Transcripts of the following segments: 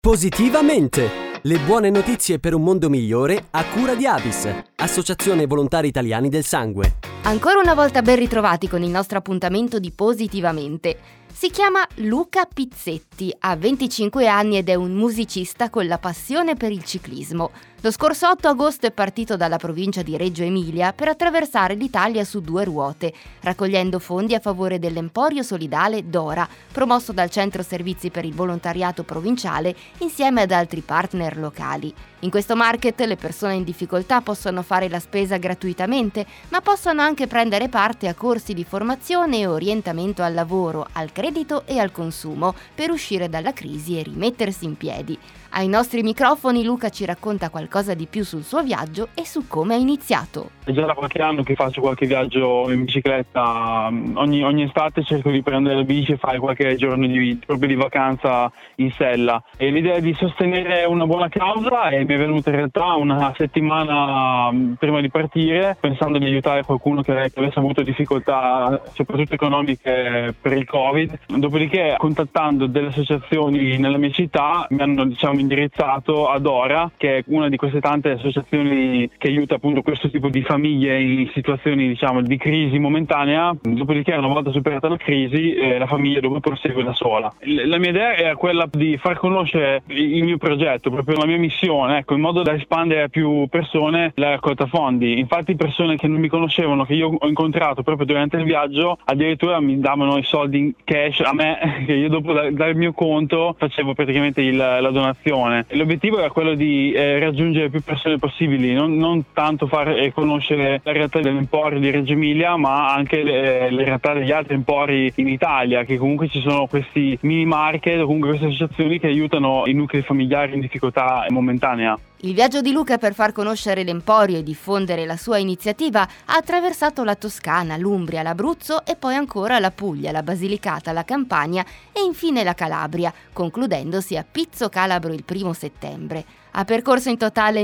Positivamente! Le buone notizie per un mondo migliore a cura di Avis, Associazione Volontari Italiani del Sangue. Ancora una volta ben ritrovati con il nostro appuntamento di Positivamente. Si chiama Luca Pizzetti, ha 25 anni ed è un musicista con la passione per il ciclismo. Lo scorso 8 agosto è partito dalla provincia di Reggio Emilia per attraversare l'Italia su 2 ruote, raccogliendo fondi a favore dell'Emporio Solidale Dora, promosso dal Centro Servizi per il Volontariato Provinciale insieme ad altri partner locali. In questo market le persone in difficoltà possono fare la spesa gratuitamente, ma possono anche prendere parte a corsi di formazione e orientamento al lavoro, al credito e al consumo per uscire dalla crisi e rimettersi in piedi. Ai nostri microfoni Luca ci racconta qualcosa di più sul suo viaggio e su come ha iniziato. È già da qualche anno che faccio qualche viaggio in bicicletta, ogni estate cerco di prendere la bici e fare qualche giorno proprio di vacanza in sella. E l'idea di sostenere una buona causa mi è venuta in realtà una settimana prima di partire, pensando di aiutare qualcuno che avesse avuto difficoltà soprattutto economiche per il Covid. Dopodiché, contattando delle associazioni nella mia città, mi hanno indirizzato ad Dora, che è una di queste tante associazioni che aiuta appunto questo tipo di famiglie in situazioni di crisi momentanea. Dopodiché, una volta superata la crisi, la famiglia dopo prosegue da sola. La mia idea era quella di far conoscere il mio progetto, proprio la mia missione, in modo da espandere a più persone la raccolta fondi. Infatti persone che non mi conoscevano, che io ho incontrato proprio durante il viaggio, addirittura mi davano i soldi in cash a me, che io dopo dal mio conto facevo praticamente la donazione. L'obiettivo era quello di raggiungere più persone possibili, non tanto far conoscere la realtà dell'Emporio di Reggio Emilia, ma anche le realtà degli altri empori in Italia, che comunque ci sono questi mini market o comunque queste associazioni che aiutano i nuclei familiari in difficoltà momentanea. Il viaggio di Luca per far conoscere l'Emporio e diffondere la sua iniziativa ha attraversato la Toscana, l'Umbria, l'Abruzzo e poi ancora la Puglia, la Basilicata, la Campania e infine la Calabria, concludendosi a Pizzo Calabro il 1 settembre. Ha percorso in totale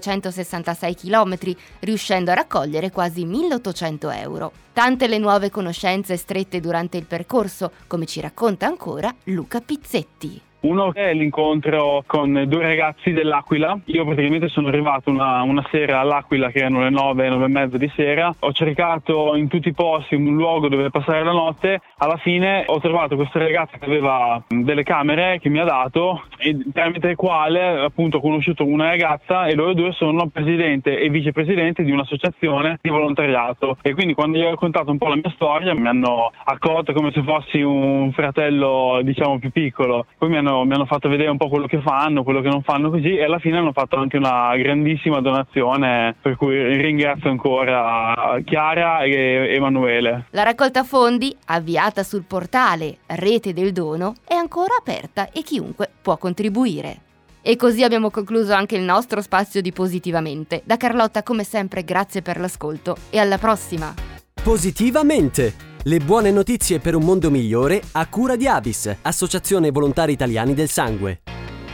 1266 km, riuscendo a raccogliere quasi 1800 euro. Tante le nuove conoscenze strette durante il percorso, come ci racconta ancora Luca Pizzetti. Uno è l'incontro con 2 ragazzi dell'Aquila. Io praticamente sono arrivato una sera all'Aquila, che erano le 9 e mezza di sera. Ho cercato in tutti i posti un luogo dove passare la notte. Alla fine ho trovato questo ragazzo che aveva delle camere che mi ha dato, e tramite il quale appunto ho conosciuto una ragazza, e loro 2 sono presidente e vicepresidente di un'associazione di volontariato. E quindi quando gli ho raccontato un po' la mia storia mi hanno accolto come se fossi un fratello più piccolo. Poi mi hanno fatto vedere un po' quello che fanno, quello che non fanno così, e alla fine hanno fatto anche una grandissima donazione, per cui ringrazio ancora Chiara e Emanuele. La raccolta fondi, avviata sul portale Rete del Dono, è ancora aperta e chiunque può contribuire. E così abbiamo concluso anche il nostro spazio di Positivamente. Da Carlotta, come sempre, grazie per l'ascolto e alla prossima! Positivamente! Le buone notizie per un mondo migliore a cura di Avis, Associazione Volontari Italiani del Sangue.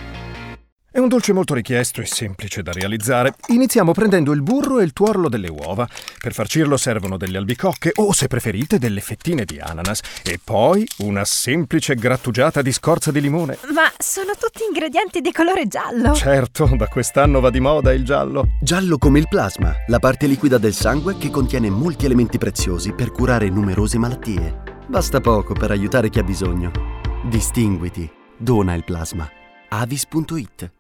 È un dolce molto richiesto e semplice da realizzare. Iniziamo prendendo il burro e il tuorlo delle uova. Per farcirlo servono delle albicocche o, se preferite, delle fettine di ananas. E poi una semplice grattugiata di scorza di limone. Ma sono tutti ingredienti di colore giallo. Certo, da quest'anno va di moda il giallo. Giallo come il plasma, la parte liquida del sangue che contiene molti elementi preziosi per curare numerose malattie. Basta poco per aiutare chi ha bisogno. Distinguiti. Dona il plasma. Avis.it